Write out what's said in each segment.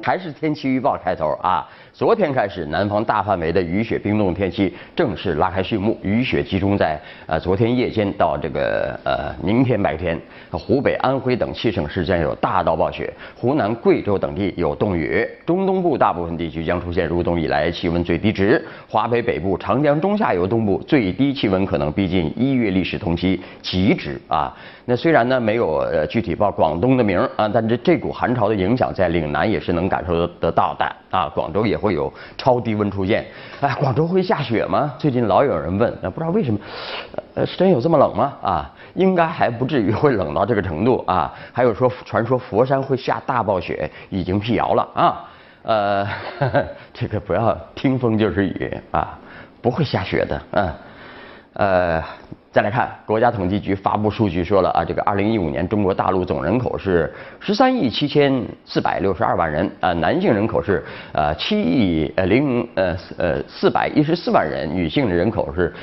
还是天气预报开头啊。昨天开始，南方大范围的雨雪冰冻天气正式拉开序幕，雨雪集中在昨天夜间到这个明天白天，湖北、安徽等7省市将有大到暴雪，湖南、贵州等地有冻雨，中东部大部分地区将出现入冬以来气温最低值，华北北部、长江中下游东部最低气温可能逼近1月历史同期极值啊。那虽然呢没有具体报广东的名啊，但这股寒潮的影响在岭南也是能感受得到的啊。广州也会有超低温出现。哎，广州会下雪吗？最近老有人问，不知道为什么，是真有这么冷吗？啊，应该还不至于会冷到这个程度啊。还有传说佛山会下大暴雪，已经辟谣了啊。这个不要听风就是雨啊，不会下雪的。再来看，国家统计局发布数据说了啊，这个2015年中国大陆总人口是13亿7462万人啊，男性人口是7亿414万人，女性的人口是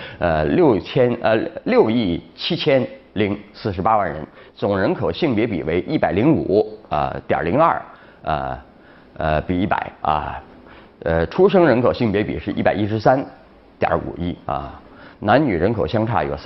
6亿7048万人，总人口性别比为105.02比100啊，出生人口性别比是113.51啊。男女人口相差有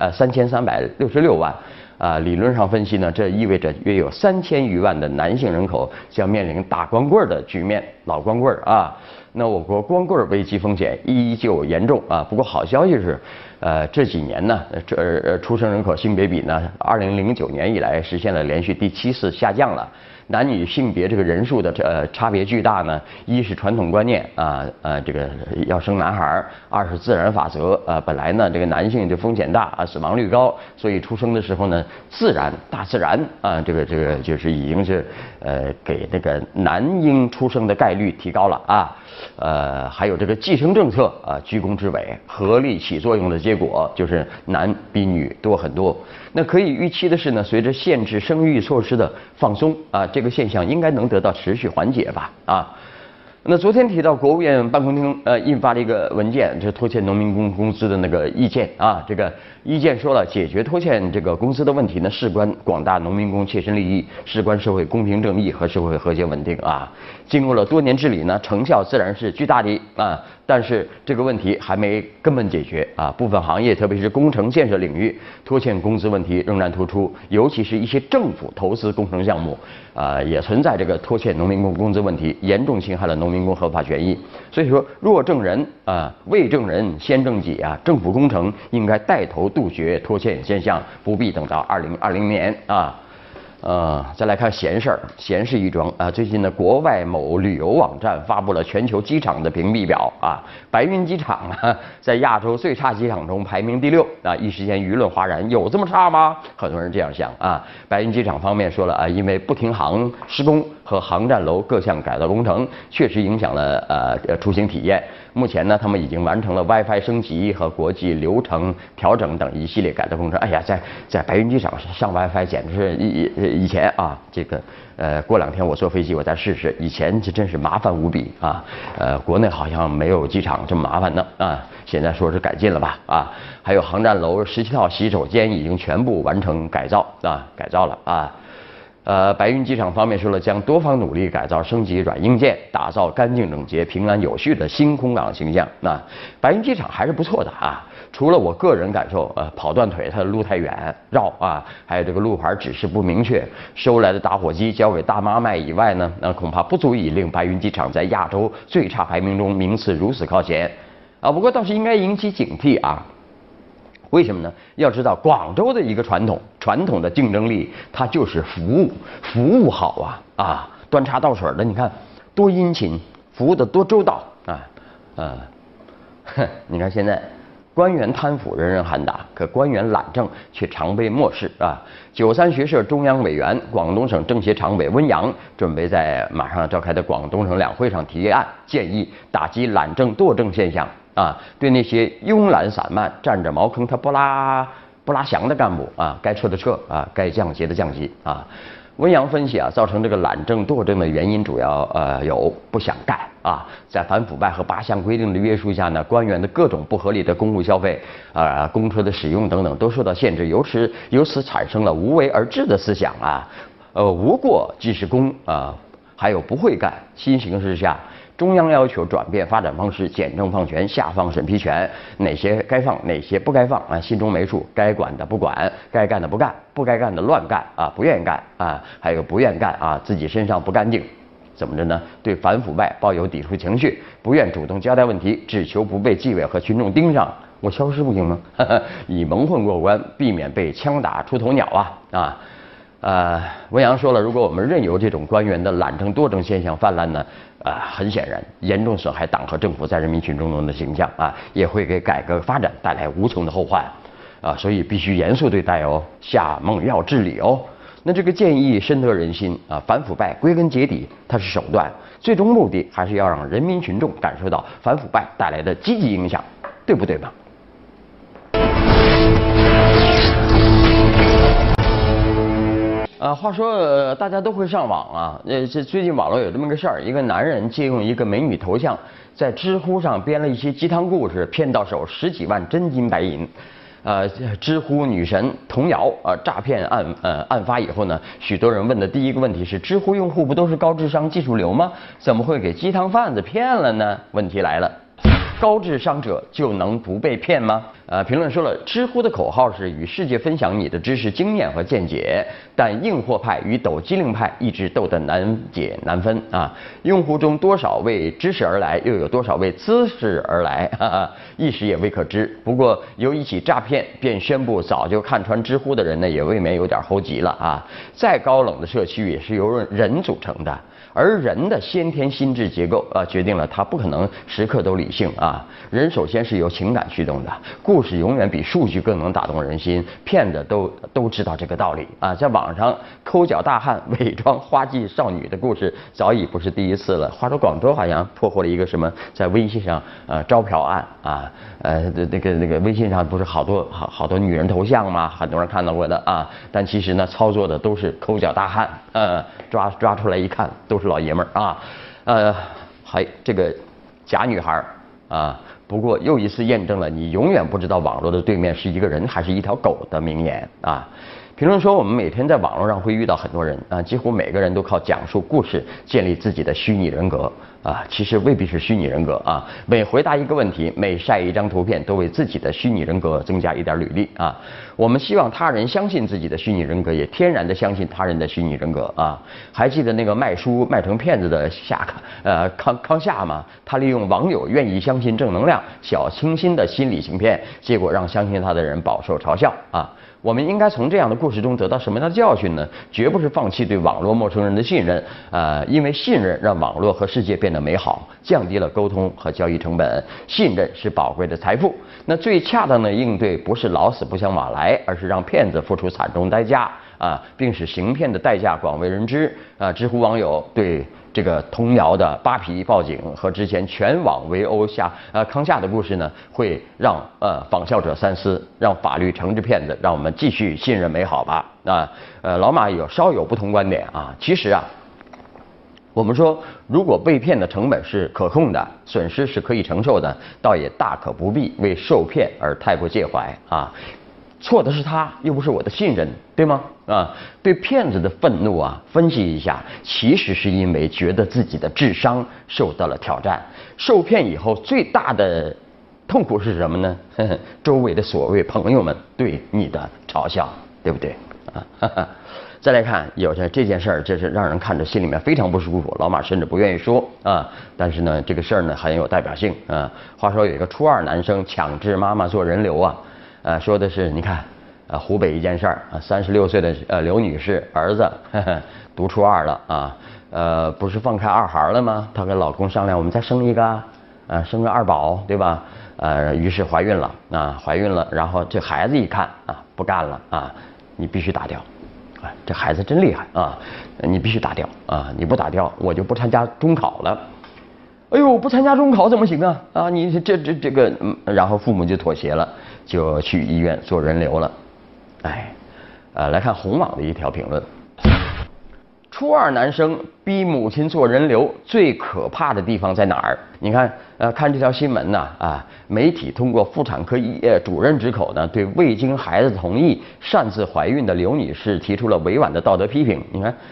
3366万，理论上分析呢，这意味着约有3000余万的男性人口将面临打光棍的局面，老光棍啊。那我国光棍危机风险依旧严重啊。不过好消息是，这几年呢，出生人口性别比呢，2009年以来实现了连续第7次下降了。男女性别这个人数的差别巨大呢，一是传统观念这个要生男孩，二是自然法则本来呢这个男性就风险大死亡率高，所以出生的时候呢，大自然这个就是已经是给那个男婴出生的概率提高了啊。还有这个计生政策居功至伟，合力起作用的结果就是男比女多很多。那可以预期的是呢，随着限制生育措施的放松这个现象应该能得到持续缓解吧那昨天提到国务院办公厅印发了一个文件，这拖欠农民工工资的那个意见这个意见说了，解决拖欠这个工资的问题呢，事关广大农民工切身利益，事关社会公平正义和社会和谐稳定经过了多年治理呢，成效自然是巨大的但是这个问题还没根本解决部分行业特别是工程建设领域拖欠工资问题仍然突出，尤其是一些政府投资工程项目也存在这个拖欠农民工工资问题，严重侵害了农民工合法权益。所以说，弱证人未证人先证己政府工程应该带头杜绝拖欠现象，不必等到2020年再来看闲事儿，闲事一桩最近呢，国外某旅游网站发布了全球机场的屏蔽表白云机场在亚洲最差机场中排名第6一时间舆论哗然，有这么差吗？很多人这样想白云机场方面说了因为不停航施工和航站楼各项改造工程，确实影响了出行体验。目前呢，他们已经完成了 WiFi 升级和国际流程调整等一系列改造工程。哎呀，在白云机场上 WiFi 简直是以前这个过2天我坐飞机我再试试，以前这真是麻烦无比国内好像没有机场这么麻烦的现在说是改进了吧还有航站楼17套洗手间已经全部完成改造了白云机场方面说了，将多方努力改造升级软硬件，打造干净整洁、平安有序的新空港形象白云机场还是不错的除了我个人感受跑断腿，它的路太远绕还有这个路牌指示不明确，收来的打火机交给大妈卖以外呢，恐怕不足以令白云机场在亚洲最差排名中名次如此靠前不过倒是应该引起警惕为什么呢？要知道广州的一个传统的竞争力，它就是服务好端茶倒水的，你看多殷勤，服务的多周到你看现在官员贪腐人人喊打，可官员懒政却常被漠视93学社中央委员、广东省政协常委温阳准备在马上召开的广东省两会上提案，建议打击懒政惰政现象对那些慵懒散漫、占着茅坑他不拉翔的干部该撤的撤该降级的降级温阳分析造成这个懒政惰政的原因主要有不想干在反腐败和8项规定的约束下呢，官员的各种不合理的公务消费公车的使用等等都受到限制，由此产生了无为而治的思想无过即是功还有不会干。新形势下，中央要求转变发展方式，简政放权，下放审批权，哪些该放，哪些不该放啊，心中没数，该管的不管，该干的不干，不该干的乱干啊，不愿意干啊，还有不愿干啊，自己身上不干净。怎么着呢？对反腐败抱有抵触情绪，不愿主动交代问题，只求不被纪委和群众盯上。我消失不行吗？以蒙混过关，避免被枪打出头鸟文阳说了，如果我们任由这种官员的懒政多政现象泛滥呢，很显然严重损害党和政府在人民群众中的形象也会给改革发展带来无穷的后患所以必须严肃对待哦，下猛药治理哦。那这个建议深得人心反腐败归根结底它是手段，最终目的还是要让人民群众感受到反腐败带来的积极影响，对不对吧？话说大家都会上网这最近网络有这么个事儿，一个男人借用一个美女头像，在知乎上编了一些鸡汤故事，骗到手10几万真金白银。知乎女神童谣诈骗案发以后呢，许多人问的第一个问题是：知乎用户不都是高智商技术流吗？怎么会给鸡汤贩子骗了呢？问题来了。高智商者就能不被骗吗？评论说了，知乎的口号是与世界分享你的知识经验和见解，但硬货派与抖机灵派一直斗得难解难分用户中多少为知识而来，又有多少为姿势而来，一时也未可知。不过由一起诈骗便宣布早就看穿知乎的人呢，也未免有点齁急了再高冷的社区也是由人组成的。而人的先天心智结构决定了他不可能时刻都理性人首先是由情感驱动的，故事永远比数据更能打动人心，骗子都知道这个道理在网上抠脚大汉伪装花季少女的故事早已不是第一次了。话说广州好像破获了一个什么在微信上招嫖案那个微信上不是好多女人头像吗？很多人看到过的但其实呢操作的都是抠脚大汉抓出来一看都是老爷们儿还这个假女孩不过又一次验证了你永远不知道网络的对面是一个人还是一条狗的名言评论说，我们每天在网络上会遇到很多人几乎每个人都靠讲述故事建立自己的虚拟人格其实未必是虚拟人格每回答一个问题，每晒一张图片，都为自己的虚拟人格增加一点履历我们希望他人相信自己的虚拟人格，也天然的相信他人的虚拟人格还记得那个卖书卖成骗子的康夏吗？他利用网友愿意相信正能量、小清新的心理行骗，结果让相信他的人饱受嘲笑我们应该从这样的故事中得到什么样的教训呢？绝不是放弃对网络陌生人的信任因为信任让网络和世界变得美好，降低了沟通和交易成本。信任是宝贵的财富。那最恰当的应对不是老死不相往来，而是让骗子付出惨重代价并使行骗的代价广为人知知乎网友对这个童谣的扒皮报警和之前全网围殴康夏的故事呢，会让仿效者三思，让法律惩治骗子，让我们继续信任美好吧老马稍有不同观点其实我们说，如果被骗的成本是可控的，损失是可以承受的，倒也大可不必为受骗而太过介怀错的是他，又不是我的信任，对吗？对骗子的愤怒分析一下，其实是因为觉得自己的智商受到了挑战。受骗以后最大的痛苦是什么呢？周围的所谓朋友们对你的嘲笑，对不对？再来看，有些这件事儿，这是让人看着心里面非常不舒服，老马甚至不愿意说但是呢，这个事儿呢很有代表性话说有一个初二男生强制妈妈做人流说的是，你看湖北一件事儿36岁的刘女士儿子读初二了不是放开二孩了吗？她跟老公商量，我们再生一个生个二宝，对吧？于是怀孕了，然后这孩子一看不干了你必须打掉这孩子真厉害你必须打掉你不打掉我就不参加中考了。哎呦，不参加中考怎么行你这个然后父母就妥协了，就去医院做人流了。来看红网的一条评论：初二男生逼母亲做人流，最可怕的地方在哪儿？你看，看这条新闻媒体通过妇产科主任之口呢，对未经孩子同意擅自怀孕的刘女士提出了委婉的道德批评。你看，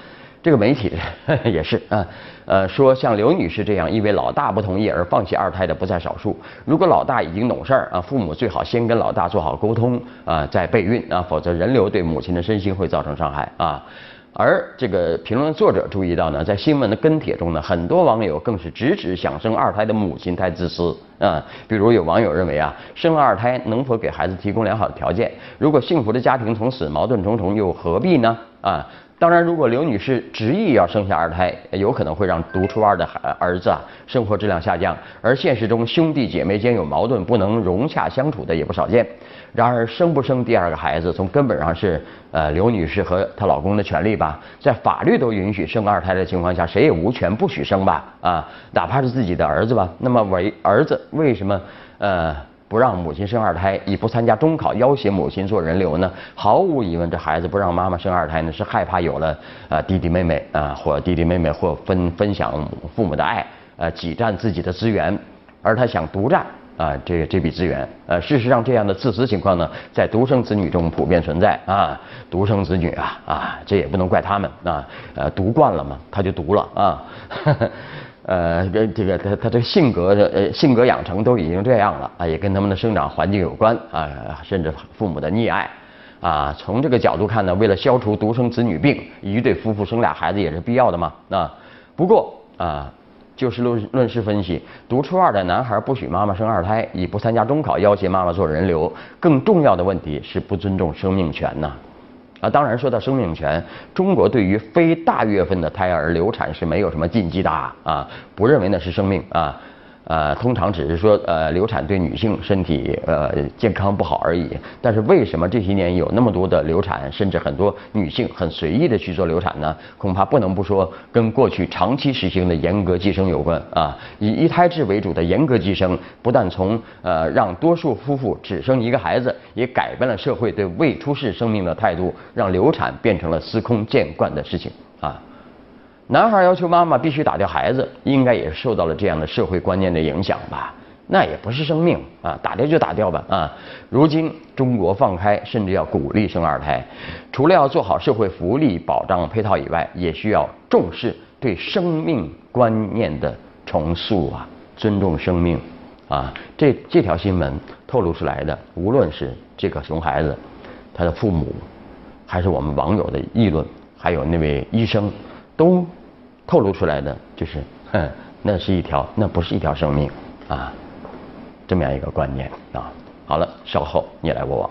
这个媒体也是说像刘女士这样因为老大不同意而放弃二胎的不在少数。如果老大已经懂事儿父母最好先跟老大做好沟通再备孕否则人流对母亲的身心会造成伤害而这个评论作者注意到呢，在新闻的跟帖中呢，很多网友更是直指想生二胎的母亲太自私比如有网友认为生二胎能否给孩子提供良好的条件？如果幸福的家庭从此矛盾重重，又何必呢？当然，如果刘女士执意要生下二胎，有可能会让读初二的儿子生活质量下降。而现实中兄弟姐妹间有矛盾不能融洽相处的也不少见。然而，生不生第二个孩子，从根本上是刘女士和她老公的权利吧。在法律都允许生二胎的情况下，谁也无权不许生吧？哪怕是自己的儿子吧。那么儿子为什么不让母亲生二胎，以不参加中考要挟母亲做人流呢？毫无疑问，这孩子不让妈妈生二胎呢，是害怕有了弟弟妹妹或弟弟妹妹或分享父母的爱挤占自己的资源，而他想独占这笔资源。事实上，这样的自私情况呢，在独生子女中普遍存在独生子女这也不能怪他们独惯了嘛，他就独了这个他这个性格养成都已经这样了也跟他们的生长环境有关甚至父母的溺爱从这个角度看呢，为了消除独生子女病，一对夫妇生俩孩子也是必要的嘛不过就事论事分析，读初二的男孩不许妈妈生二胎，以不参加中考要挟妈妈做人流，更重要的问题是不尊重生命权当然说到生命权，中国对于非大月份的胎儿流产是没有什么禁忌的不认为那是生命通常只是说流产对女性身体健康不好而已。但是为什么这些年有那么多的流产，甚至很多女性很随意的去做流产呢？恐怕不能不说跟过去长期实行的严格计生有关以一胎制为主的严格计生，不但从让多数夫妇只生一个孩子，也改变了社会对未出世生命的态度，让流产变成了司空见惯的事情男孩要求妈妈必须打掉孩子，应该也受到了这样的社会观念的影响吧？那也不是生命打掉就打掉吧如今中国放开，甚至要鼓励生二胎，除了要做好社会福利保障配套以外，也需要重视对生命观念的重塑尊重生命这条新闻透露出来的，无论是这个熊孩子他的父母，还是我们网友的议论，还有那位医生，都透露出来的就是那不是一条生命这么样一个观念好了，稍后你来我往。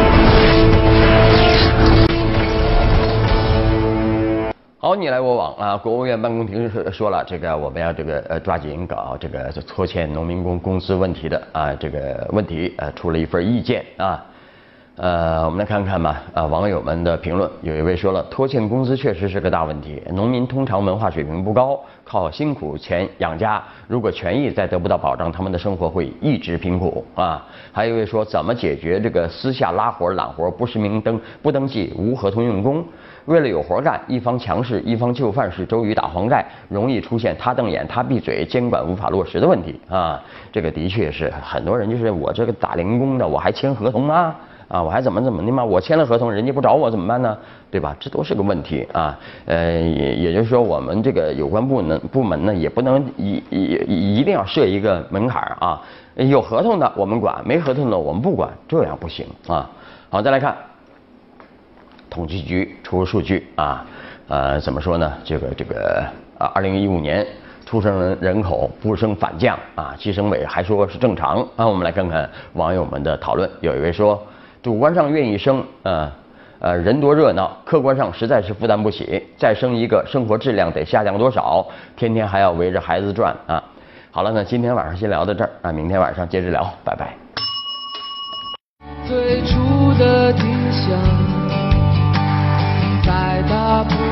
好，你来我往国务院办公厅说了，这个我们要抓紧搞这个拖欠农民工工资问题的这个问题出了一份意见我们来看看吧网友们的评论。有一位说了，拖欠工资确实是个大问题，农民通常文化水平不高，靠辛苦钱养家，如果权益再得不到保障，他们的生活会一直贫苦还有一位说，怎么解决这个私下拉活揽活不实名不登记无合同用工？为了有活干，一方强势一方就范式周瑜打黄盖，容易出现他瞪眼他闭嘴，监管无法落实的问题这个的确是很多人就是我这个打零工的，我还签合同吗我还怎么的嘛？我签了合同，人家不找我怎么办呢？对吧？这都是个问题也就是说，我们这个有关部门呢，也不能一定要设一个门槛有合同的我们管，没合同的我们不管，这样不行好，再来看，统计局出数据怎么说呢？这个2015年出生人口不升反降计生委还说是正常我们来看看网友们的讨论。有一位说，主观上愿意生人多热闹，客观上实在是负担不起，再生一个生活质量得下降多少？天天还要围着孩子转好了，那今天晚上先聊到这儿明天晚上接着聊，拜拜。最初的理想，再大不